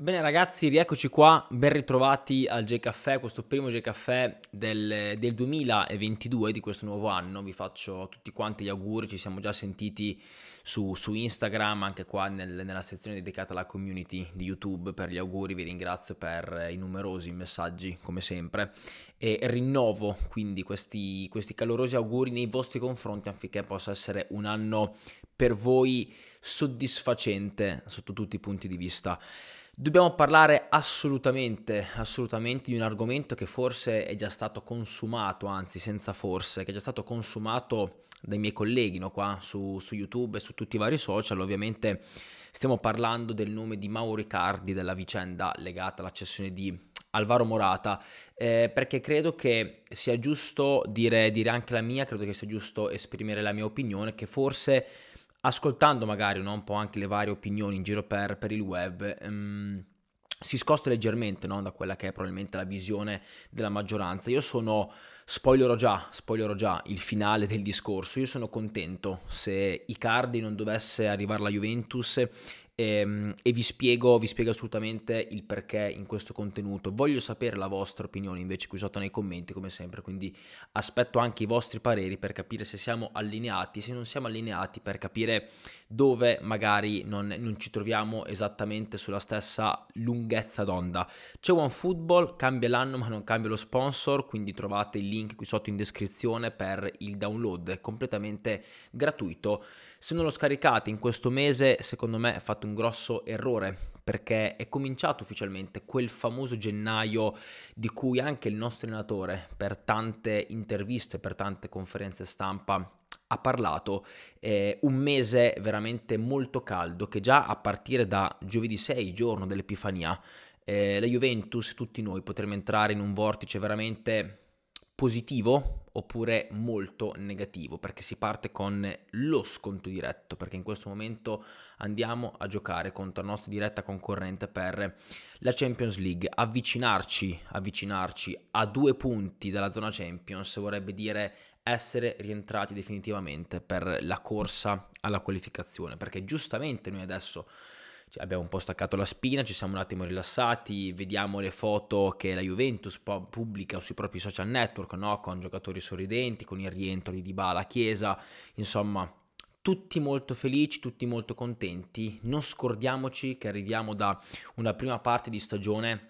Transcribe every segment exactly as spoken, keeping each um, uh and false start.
Bene ragazzi, rieccoci qua, ben ritrovati al J Caffè, questo primo J Caffè del, del duemilaventidue, di questo nuovo anno. Vi faccio tutti quanti gli auguri, ci siamo già sentiti su, su Instagram, anche qua nel- nella sezione dedicata alla community di YouTube per gli auguri, vi ringrazio per i numerosi messaggi come sempre e rinnovo quindi questi, questi calorosi auguri nei vostri confronti affinché possa essere un anno per voi soddisfacente sotto tutti i punti di vista. Dobbiamo parlare assolutamente, assolutamente di un argomento che forse è già stato consumato, anzi senza forse, che è già stato consumato dai miei colleghi, no, qua su, su YouTube e su tutti i vari social. Ovviamente stiamo parlando del nome di Mauro Icardi, della vicenda legata alla cessione di Alvaro Morata, eh, perché credo che sia giusto dire, dire anche la mia, credo che sia giusto esprimere la mia opinione, che forse ascoltando magari, no, un po' anche le varie opinioni in giro per, per il web, ehm, si scosta leggermente, no, da quella che è probabilmente la visione della maggioranza. Io sono, spoilerò già, spoilerò già il finale del discorso, io sono contento se Icardi non dovesse arrivare alla Juventus. Ehm, E, vi spiego, vi spiego assolutamente il perché in questo contenuto. Voglio sapere la vostra opinione invece qui sotto nei commenti, come sempre, quindi aspetto anche i vostri pareri per capire se siamo allineati, se non siamo allineati, per capire dove magari non, non ci troviamo esattamente sulla stessa lunghezza d'onda. C'è OneFootball, cambia l'anno ma non cambia lo sponsor, quindi trovate il link qui sotto in descrizione per il download, è completamente gratuito. Se non lo scaricate in questo mese, secondo me fate un grosso errore, perché è cominciato ufficialmente quel famoso gennaio di cui anche il nostro allenatore per tante interviste, per tante conferenze stampa ha parlato. Eh, un mese veramente molto caldo che già a partire da giovedì sei, giorno dell'Epifania, eh, la Juventus, tutti noi potremmo entrare in un vortice veramente positivo oppure molto negativo, perché si parte con lo sconto diretto, perché in questo momento andiamo a giocare contro la nostra diretta concorrente per la Champions League. Avvicinarci, avvicinarci a due punti dalla zona Champions vorrebbe dire essere rientrati definitivamente per la corsa alla qualificazione, perché giustamente noi adesso cioè, abbiamo un po' staccato la spina, ci siamo un attimo rilassati, vediamo le foto che la Juventus pubblica sui propri social network, no? Con giocatori sorridenti, con il rientro di Dybala, Chiesa, insomma tutti molto felici, tutti molto contenti. Non scordiamoci che arriviamo da una prima parte di stagione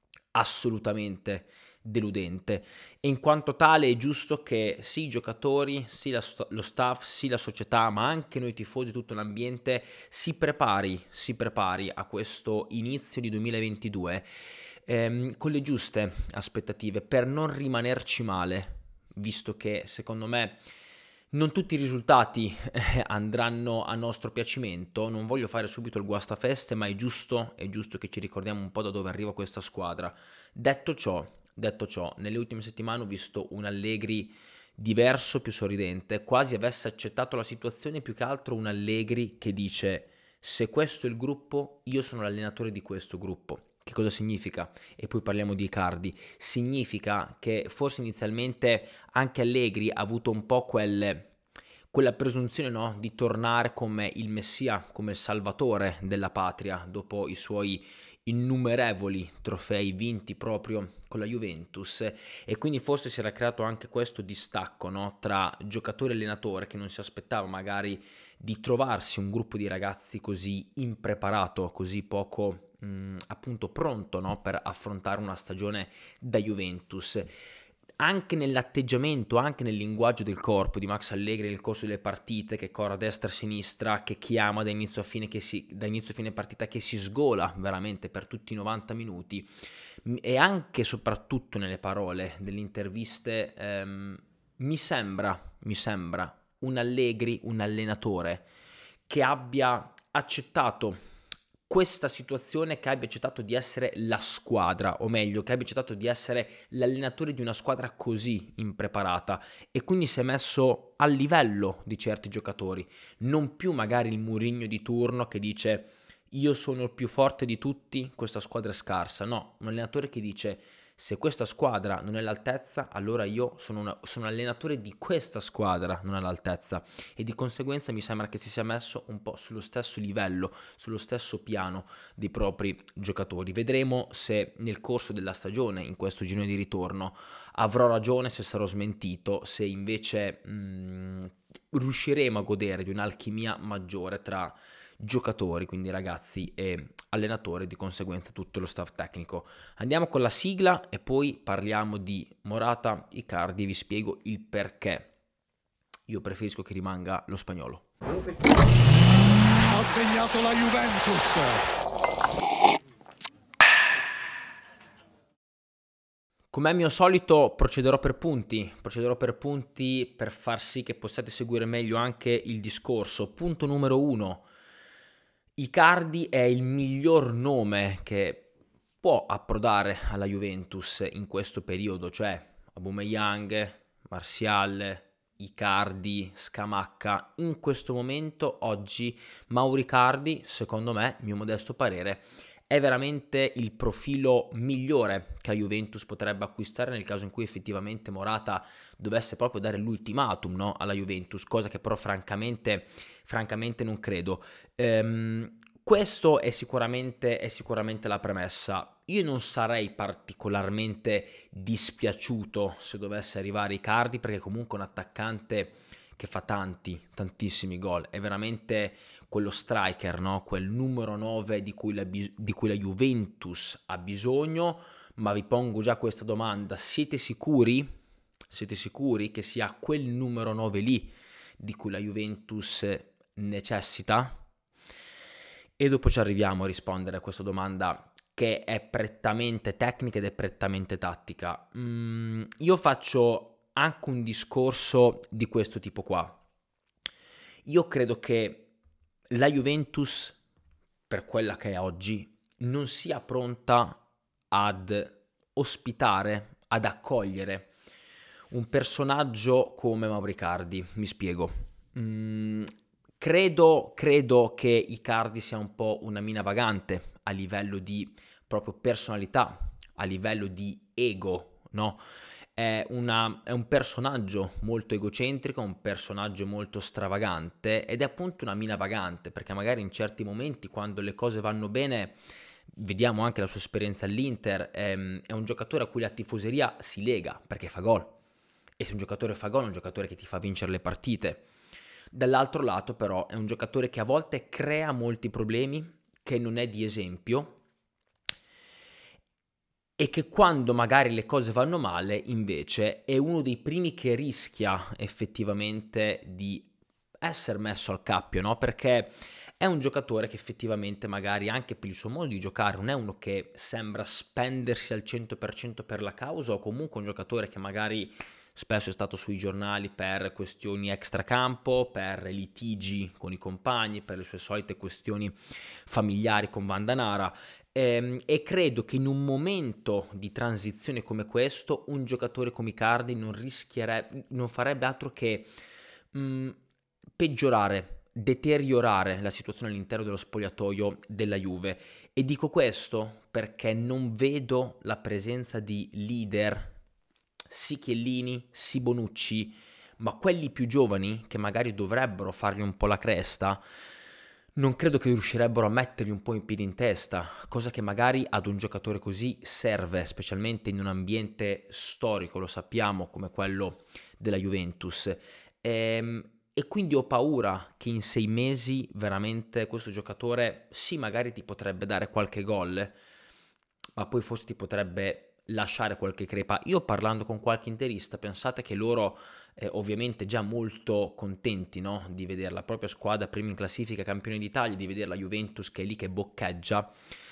assolutamente deludente e in quanto tale è giusto che sì i giocatori, sì la, lo staff, sì la società, ma anche noi tifosi, tutto l'ambiente si prepari, si prepari a questo inizio di duemilaventidue ehm, con le giuste aspettative per non rimanerci male, visto che secondo me non tutti i risultati eh, andranno a nostro piacimento. Non voglio fare subito il guastafeste, ma è giusto, è giusto che ci ricordiamo un po' da dove arriva questa squadra. Detto ciò, detto ciò, nelle ultime settimane ho visto un Allegri diverso, più sorridente, quasi avesse accettato la situazione, più che altro un Allegri che dice: se questo è il gruppo, io sono l'allenatore di questo gruppo. Che cosa significa? E poi parliamo di Icardi. Significa che forse inizialmente anche Allegri ha avuto un po' quel, quella presunzione, no, di tornare come il messia, come il salvatore della patria dopo i suoi innumerevoli trofei vinti proprio con la Juventus, e quindi forse si era creato anche questo distacco, no, tra giocatore e allenatore, che non si aspettava magari di trovarsi un gruppo di ragazzi così impreparato, così poco mh, appunto pronto, no, per affrontare una stagione da Juventus. Anche nell'atteggiamento, anche nel linguaggio del corpo di Max Allegri nel corso delle partite, che corre a destra e a sinistra, che chiama da inizio a fine, che si, da inizio a fine partita, che si sgola veramente per tutti i novanta minuti, e anche e soprattutto nelle parole delle interviste, ehm, mi sembra, mi sembra un Allegri, un allenatore che abbia accettato questa situazione, che abbia accettato di essere la squadra, o meglio, che abbia accettato di essere l'allenatore di una squadra così impreparata, e quindi si è messo al livello di certi giocatori, non più magari il Mourinho di turno che dice io sono il più forte di tutti, questa squadra è scarsa, no, un allenatore che dice Se questa squadra non è all'altezza, allora io sono, una, sono un allenatore di questa squadra non è all'altezza, e di conseguenza mi sembra che si sia messo un po' sullo stesso livello, sullo stesso piano dei propri giocatori. Vedremo se nel corso della stagione, in questo girone di ritorno, avrò ragione, se sarò smentito, se invece mh, riusciremo a godere di un'alchimia maggiore tra giocatori, quindi ragazzi e allenatori, di conseguenza tutto lo staff tecnico. Andiamo con la sigla e poi parliamo di Morata, Icardi, e vi spiego il perché io preferisco che rimanga lo spagnolo. Ha segnato la Juventus. Come è mio solito procederò per punti, procederò per punti per far sì che possiate seguire meglio anche il discorso. Punto numero uno. Icardi è il miglior nome che può approdare alla Juventus in questo periodo, cioè Aubameyang, Martial, Icardi, Scamacca. In questo momento, oggi, Mauro Icardi, secondo me, mio modesto parere, è veramente il profilo migliore che la Juventus potrebbe acquistare nel caso in cui effettivamente Morata dovesse proprio dare l'ultimatum, no, alla Juventus, cosa che però francamente, francamente non credo. Ehm, questo è sicuramente, è sicuramente la premessa. Io non sarei particolarmente dispiaciuto se dovesse arrivare Icardi, perché comunque è un attaccante che fa tanti, tantissimi gol, è veramente quello striker, no? Quel numero nove di cui, la, di cui la Juventus ha bisogno. Ma vi pongo già questa domanda: siete sicuri? Siete sicuri che sia quel numero nove lì di cui la Juventus necessita? E dopo ci arriviamo a rispondere a questa domanda, che è prettamente tecnica ed è prettamente tattica. Mm, io faccio anche un discorso di questo tipo qua. Io credo che la Juventus, per quella che è oggi, non sia pronta ad ospitare, ad accogliere un personaggio come Mauro Icardi. Mi spiego. Mm, credo, credo che Icardi sia un po' una mina vagante a livello di proprio personalità, a livello di ego, no? È, una, è un personaggio molto egocentrico, un personaggio molto stravagante, ed è appunto una mina vagante, perché magari in certi momenti, quando le cose vanno bene, vediamo anche la sua esperienza all'Inter, ehm, è un giocatore a cui la tifoseria si lega perché fa gol, e se un giocatore fa gol è un giocatore che ti fa vincere le partite. Dall'altro lato però è un giocatore che a volte crea molti problemi, che non è di esempio, e che quando magari le cose vanno male invece è uno dei primi che rischia effettivamente di essere messo al cappio, no? Perché è un giocatore che effettivamente magari anche per il suo modo di giocare non è uno che sembra spendersi al cento per cento per la causa, o comunque un giocatore che magari spesso è stato sui giornali per questioni extracampo, per litigi con i compagni, per le sue solite questioni familiari con Vandanara. Ehm, e credo che in un momento di transizione come questo un giocatore come Icardi non rischierebbe, non farebbe altro che mh, peggiorare, deteriorare la situazione all'interno dello spogliatoio della Juve. E dico questo perché non vedo la presenza di leader, sì Chiellini, sì Bonucci, ma quelli più giovani che magari dovrebbero fargli un po' la cresta, non credo che riuscirebbero a mettergli un po' in piedi in testa, cosa che magari ad un giocatore così serve, specialmente in un ambiente storico, lo sappiamo, come quello della Juventus. Ehm, e quindi ho paura che in sei mesi veramente questo giocatore sì, magari ti potrebbe dare qualche gol, ma poi forse ti potrebbe lasciare qualche crepa. Io, parlando con qualche interista, pensate che loro eh, ovviamente già molto contenti, no, di vedere la propria squadra prima in classifica, campione d'Italia, di vedere la Juventus che è lì che boccheggia.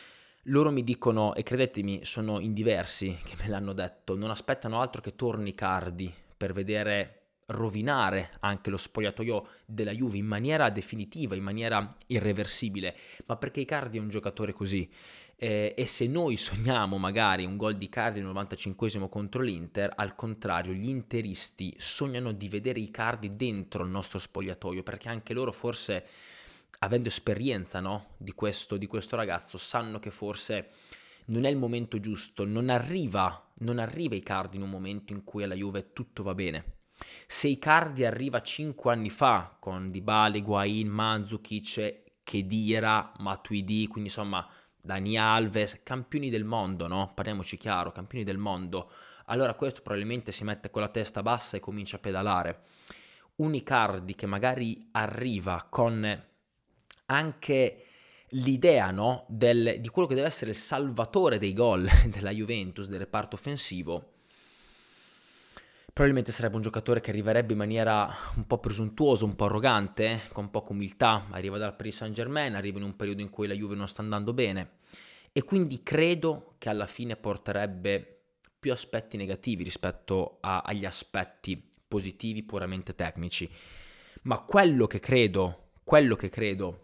Loro mi dicono, e credetemi, sono in diversi che me l'hanno detto, non aspettano altro che torni Icardi per vedere rovinare anche lo spogliatoio della Juve in maniera definitiva, in maniera irreversibile, ma perché Icardi è un giocatore così. Eh, e se noi sogniamo magari un gol di Icardi al novantacinquesimo contro l'Inter, al contrario gli interisti sognano di vedere Icardi dentro il nostro spogliatoio, perché anche loro, forse avendo esperienza, no, di questo, di questo ragazzo, sanno che forse non è il momento giusto, non arriva non arriva Icardi in un momento in cui alla Juve tutto va bene. Se Icardi arriva cinque anni fa con Dybala, Higuain, Mandzukic, Khedira, Matuidi, quindi insomma Dani Alves, campioni del mondo, no? Parliamoci chiaro, campioni del mondo. Allora questo probabilmente si mette con la testa bassa e comincia a pedalare. Un Icardi che magari arriva con anche l'idea, no, del, di quello che deve essere il salvatore dei gol della Juventus, del reparto offensivo, probabilmente sarebbe un giocatore che arriverebbe in maniera un po' presuntuosa, un po' arrogante, con poca umiltà, arriva dal Paris Saint-Germain, arriva in un periodo in cui la Juve non sta andando bene e quindi credo che alla fine porterebbe più aspetti negativi rispetto a, agli aspetti positivi puramente tecnici. Ma quello che credo, quello che credo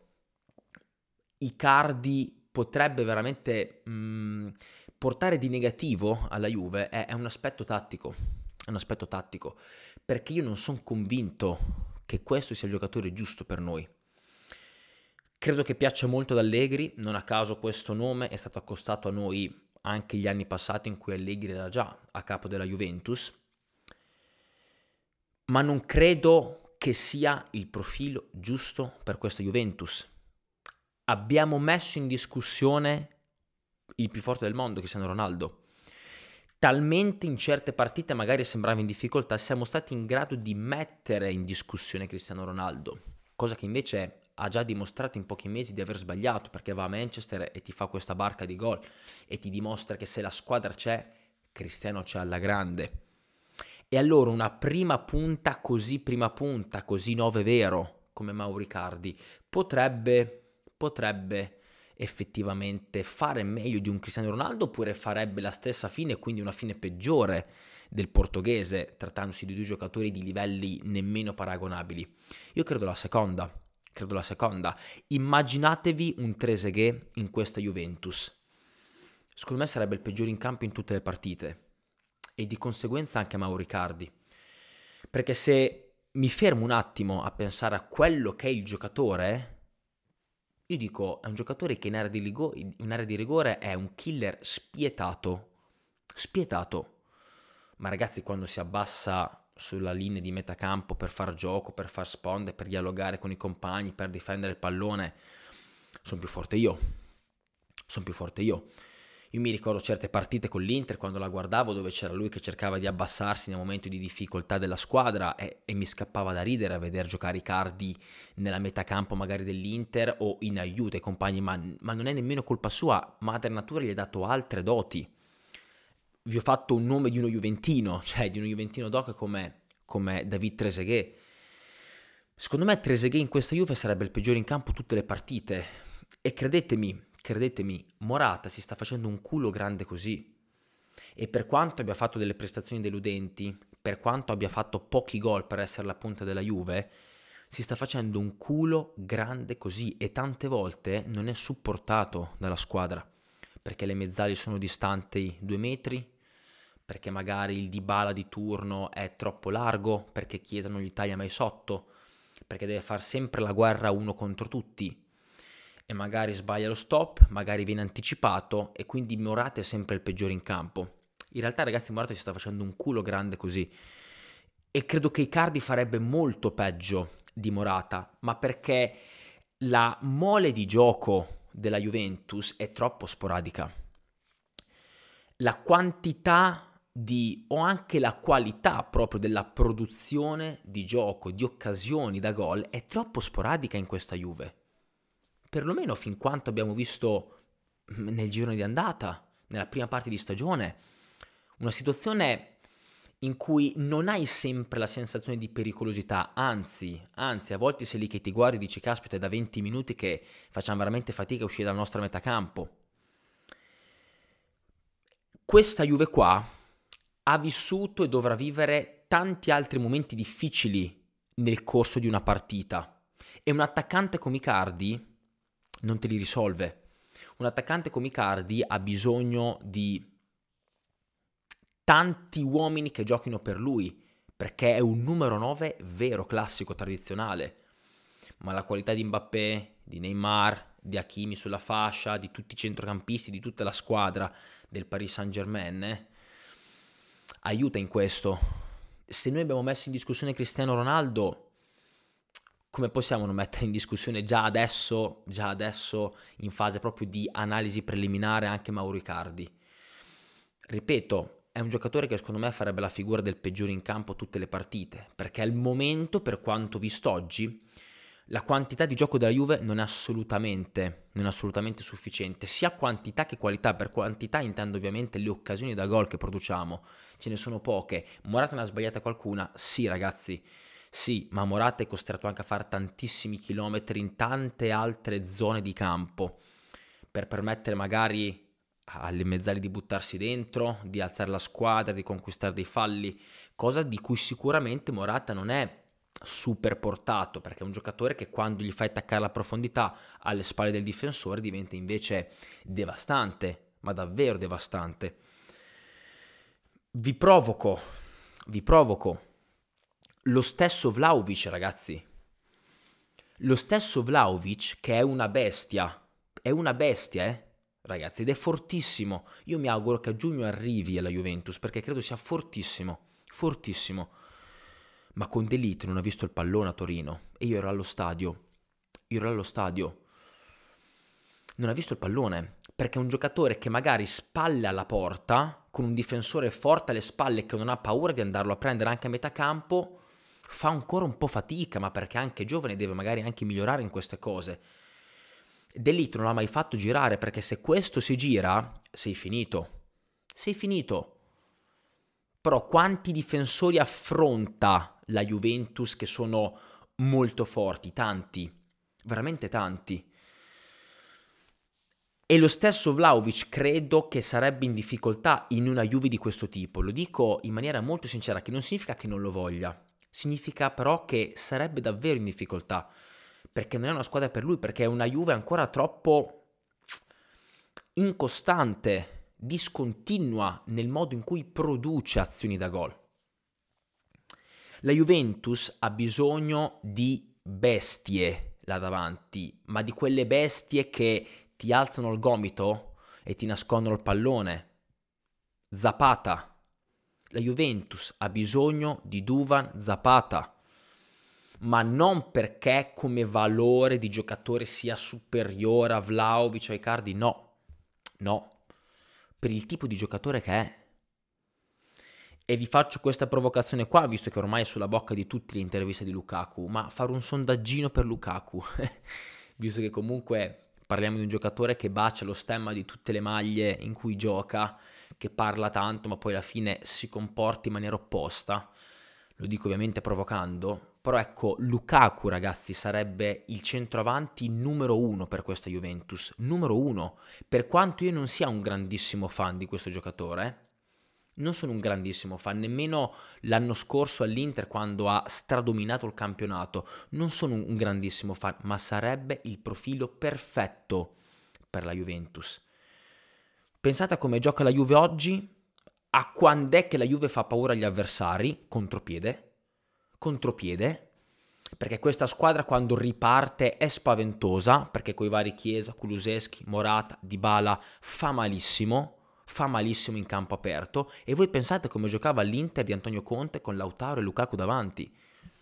Icardi potrebbe veramente mh, portare di negativo alla Juve è, è un aspetto tattico, è un aspetto tattico, perché io non sono convinto che questo sia il giocatore giusto per noi. Credo che piaccia molto ad Allegri, non a caso questo nome è stato accostato a noi anche gli anni passati in cui Allegri era già a capo della Juventus, ma non credo che sia il profilo giusto per questa Juventus. Abbiamo messo in discussione il più forte del mondo, Cristiano Ronaldo. Talmente in certe partite magari sembrava in difficoltà, siamo stati in grado di mettere in discussione Cristiano Ronaldo, cosa che invece ha già dimostrato in pochi mesi di aver sbagliato, perché va a Manchester e ti fa questa barca di gol e ti dimostra che se la squadra c'è, Cristiano c'è alla grande. E allora una prima punta così prima punta, così nove vero, come Mauro Icardi, potrebbe... potrebbe effettivamente fare meglio di un Cristiano Ronaldo oppure farebbe la stessa fine, quindi una fine peggiore del portoghese, trattandosi di due giocatori di livelli nemmeno paragonabili? Io credo la seconda, credo la seconda. Immaginatevi un Trezeguet in questa Juventus. Secondo me sarebbe il peggiore in campo in tutte le partite e di conseguenza anche Mauro Icardi, perché se mi fermo un attimo a pensare a quello che è il giocatore, io dico, è un giocatore che in area di, ligo- in area di rigore è un killer spietato, spietato. Ma ragazzi, quando si abbassa sulla linea di metà campo per far gioco, per far sponde, per dialogare con i compagni, per difendere il pallone, sono più forte io. Sono più forte io. Io mi ricordo certe partite con l'Inter quando la guardavo dove c'era lui che cercava di abbassarsi nel momento di difficoltà della squadra e, e mi scappava da ridere a vedere giocare Icardi nella metà campo magari dell'Inter o in aiuto ai compagni, ma, ma non è nemmeno colpa sua, Madre Natura gli ha dato altre doti. Vi ho fatto un nome di uno juventino, cioè di uno juventino doc come, come David Trezeguet. Secondo me Trezeguet in questa Juve sarebbe il peggiore in campo tutte le partite e credetemi, Credetemi, Morata si sta facendo un culo grande così e per quanto abbia fatto delle prestazioni deludenti, per quanto abbia fatto pochi gol per essere la punta della Juve, si sta facendo un culo grande così e tante volte non è supportato dalla squadra perché le mezzali sono distanti due metri, perché magari il Dybala di turno è troppo largo, perché Chiesa non gli taglia mai sotto, perché deve fare sempre la guerra uno contro tutti e magari sbaglia lo stop, magari viene anticipato e quindi Morata è sempre il peggiore in campo. In realtà ragazzi Morata si sta facendo un culo grande così e credo che Icardi farebbe molto peggio di Morata, ma perché la mole di gioco della Juventus è troppo sporadica. La quantità di o anche la qualità proprio della produzione di gioco, di occasioni da gol è troppo sporadica in questa Juve. Perlomeno fin quanto abbiamo visto nel girone di andata, nella prima parte di stagione, una situazione in cui non hai sempre la sensazione di pericolosità, anzi, anzi, a volte sei lì che ti guardi e dici, caspita, è da venti minuti che facciamo veramente fatica a uscire dal nostro metacampo. Questa Juve qua ha vissuto e dovrà vivere tanti altri momenti difficili nel corso di una partita e un attaccante come Icardi non te li risolve. Un attaccante come Icardi ha bisogno di tanti uomini che giochino per lui, perché è un numero nove vero, classico, tradizionale. Ma la qualità di Mbappé, di Neymar, di Hakimi sulla fascia, di tutti i centrocampisti, di tutta la squadra del Paris Saint-Germain, eh, aiuta in questo. Se noi abbiamo messo in discussione Cristiano Ronaldo, come possiamo non mettere in discussione già adesso, già adesso in fase proprio di analisi preliminare anche Mauro Icardi? Ripeto, è un giocatore che secondo me farebbe la figura del peggiore in campo tutte le partite, perché al momento, per quanto visto oggi, la quantità di gioco della Juve non è assolutamente, non è assolutamente sufficiente, sia quantità che qualità. Per quantità intendo ovviamente le occasioni da gol che produciamo, ce ne sono poche. Morata ne ha sbagliata qualcuna? Sì ragazzi, sì, ma Morata è costretto anche a fare tantissimi chilometri in tante altre zone di campo, per permettere magari alle mezzali di buttarsi dentro, di alzare la squadra, di conquistare dei falli, cosa di cui sicuramente Morata non è super portato, perché è un giocatore che quando gli fai attaccare la profondità alle spalle del difensore diventa invece devastante, ma davvero devastante. Vi provoco, vi provoco. Lo stesso Vlahovic, ragazzi. Lo stesso Vlahovic che è una bestia, è una bestia, eh, ragazzi, ed è fortissimo. Io mi auguro che a giugno arrivi alla Juventus, perché credo sia fortissimo, fortissimo. Ma con De Ligt non ha visto il pallone a Torino, e io ero allo stadio, io ero allo stadio, non ha visto il pallone, perché è un giocatore che magari spalle alla porta, con un difensore forte alle spalle che non ha paura di andarlo a prendere anche a metà campo, fa ancora un po' fatica, ma perché è anche giovane, deve magari anche migliorare in queste cose. De Ligt non l'ha mai fatto girare, perché se questo si gira, sei finito, sei finito. Però quanti difensori affronta la Juventus che sono molto forti? Tanti, veramente tanti. E lo stesso Vlahovic credo che sarebbe in difficoltà in una Juve di questo tipo. Lo dico in maniera molto sincera, che non significa che non lo voglia. Significa però che sarebbe davvero in difficoltà, perché non è una squadra per lui, perché è una Juve ancora troppo incostante, discontinua nel modo in cui produce azioni da gol. La Juventus ha bisogno di bestie là davanti, ma di quelle bestie che ti alzano il gomito e ti nascondono il pallone. Zapata. La Juventus ha bisogno di Duvan Zapata, ma non perché come valore di giocatore sia superiore a Vlahovic o a Icardi, no, no, per il tipo di giocatore che è. E vi faccio questa provocazione qua, visto che ormai è sulla bocca di tutte le interviste di Lukaku, ma fare un sondaggino per Lukaku, visto che comunque parliamo di un giocatore che bacia lo stemma di tutte le maglie in cui gioca, che parla tanto ma poi alla fine si comporta in maniera opposta. Lo dico ovviamente provocando, però ecco, Lukaku ragazzi sarebbe il centroavanti numero uno per questa Juventus, numero uno, per quanto io non sia un grandissimo fan di questo giocatore, eh? Non sono un grandissimo fan, nemmeno l'anno scorso all'Inter quando ha stradominato il campionato, non sono un grandissimo fan, ma sarebbe il profilo perfetto per la Juventus. Pensate a come gioca la Juve oggi, a quando è che la Juve fa paura agli avversari, contropiede, contropiede, perché questa squadra quando riparte è spaventosa, perché coi vari Chiesa, Kulusevski, Morata, Dybala fa malissimo, fa malissimo in campo aperto. E voi pensate come giocava l'Inter di Antonio Conte con Lautaro e Lukaku davanti.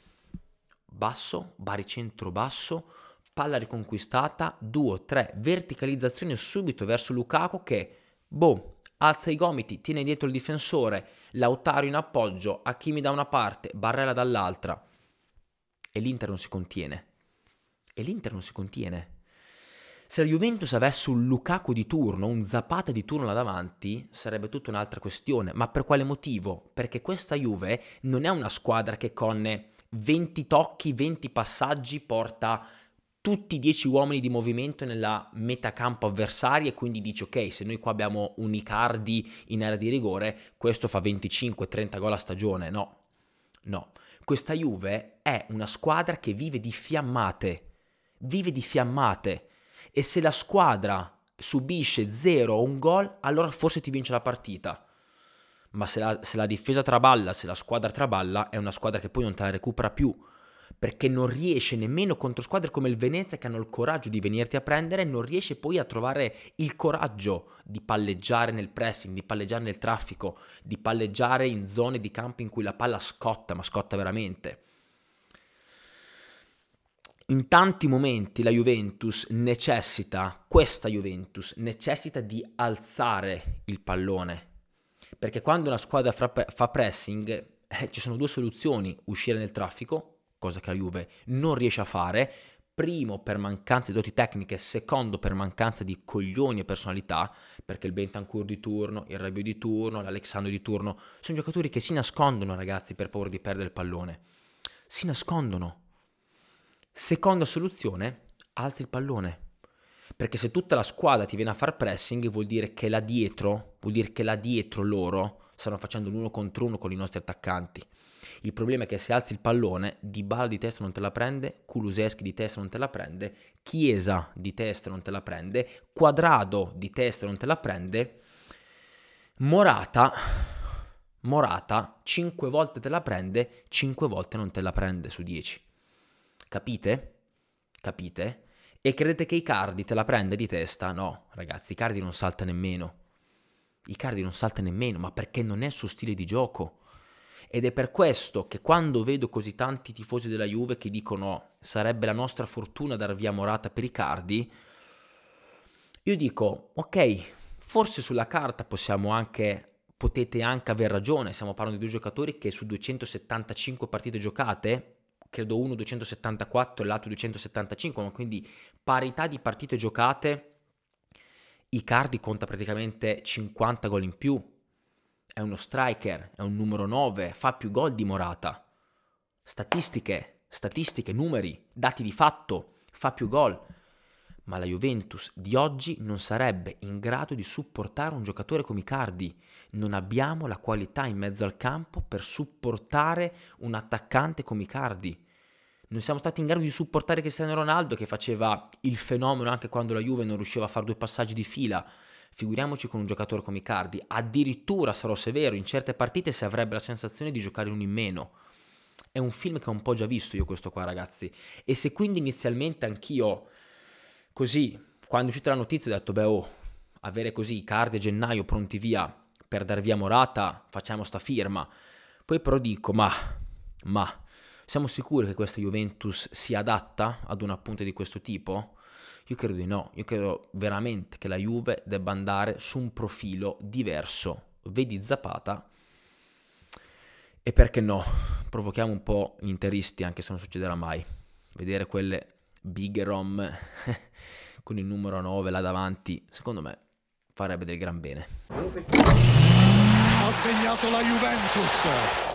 Basso, baricentro basso, palla riconquistata, due, tre, verticalizzazione subito verso Lukaku che, boh, alza i gomiti, tiene dietro il difensore, Lautaro in appoggio, Hakimi da una parte, Barella dall'altra. E l'Inter non si contiene. E l'Inter non si contiene. Se la Juventus avesse un Lukaku di turno, un Zapata di turno là davanti, sarebbe tutta un'altra questione. Ma per quale motivo? Perché questa Juve non è una squadra che con venti tocchi, venti passaggi porta tutti i dieci uomini di movimento nella metacampo avversaria e quindi dice ok, se noi qua abbiamo un Icardi in area di rigore, questo fa venticinque trenta gol a stagione. No, no. Questa Juve è una squadra che vive di fiammate, vive di fiammate. E se la squadra subisce zero o un gol, allora forse ti vince la partita. Ma se la, se la difesa traballa, se la squadra traballa, è una squadra che poi non te la recupera più. perché non riesce nemmeno contro squadre come il Venezia, che hanno il coraggio di venirti a prendere, non riesce poi a trovare il coraggio di palleggiare nel pressing, di palleggiare nel traffico, di palleggiare in zone di campo in cui la palla scotta, ma scotta veramente. In tanti momenti la Juventus necessita, questa Juventus necessita di alzare il pallone, perché quando una squadra fa pressing eh, ci sono due soluzioni: uscire nel traffico, cosa che la Juve non riesce a fare, primo per mancanza di doti tecniche, secondo per mancanza di coglioni e personalità, perché il Bentancur di turno, il Rabiot di turno, l'Alexandro di turno sono giocatori che si nascondono, ragazzi, per paura di perdere il pallone, si nascondono. Seconda soluzione, alzi il pallone, perché se tutta la squadra ti viene a far pressing vuol dire che là dietro, vuol dire che là dietro loro stanno facendo l'uno contro uno con i nostri attaccanti. Il problema è che se alzi il pallone, Dybala di testa non te la prende, Kulusevski di testa non te la prende, Chiesa di testa non te la prende, Quadrado di testa non te la prende, Morata, Morata cinque volte te la prende, cinque volte non te la prende su dieci. Capite? Capite? E credete che Icardi te la prende di testa? No, ragazzi, Icardi non salta nemmeno. Icardi non salta nemmeno, ma perché non è il suo stile di gioco. Ed è per questo che quando vedo così tanti tifosi della Juve che dicono sarebbe la nostra fortuna dar via Morata per Icardi, io dico ok, forse sulla carta possiamo anche, potete anche aver ragione, stiamo parlando di due giocatori che su duecentosettantacinque partite giocate, credo uno duecentosettantaquattro e l'altro duecentosettantacinque, ma quindi parità di partite giocate, Icardi conta praticamente cinquanta gol in più. È uno striker, è un numero nove, fa più gol di Morata. Statistiche, statistiche, numeri, dati di fatto, fa più gol. Ma la Juventus di oggi non sarebbe in grado di supportare un giocatore come Icardi. Non abbiamo la qualità in mezzo al campo per supportare un attaccante come Icardi. Non siamo stati in grado di supportare Cristiano Ronaldo, che faceva il fenomeno anche quando la Juve non riusciva a fare due passaggi di fila. Figuriamoci con un giocatore come Icardi. Addirittura, sarò severo, in certe partite si avrebbe la sensazione di giocare uno in meno. È un film che ho un po' già visto io questo qua, ragazzi. E se quindi inizialmente anch'io, così, quando è uscita la notizia ho detto, beh oh, avere così Icardi a gennaio pronti via per dar via Morata, facciamo sta firma. Poi però dico, ma, ma, siamo sicuri che questa Juventus sia adatta ad una punta di questo tipo? Io credo di no, io credo veramente che la Juve debba andare su un profilo diverso. Vedi Zapata, e perché no, provochiamo un po' gli interisti, anche se non succederà mai. Vedere quelle big rom con il numero nove là davanti, secondo me farebbe del gran bene. Ha segnato la Juventus.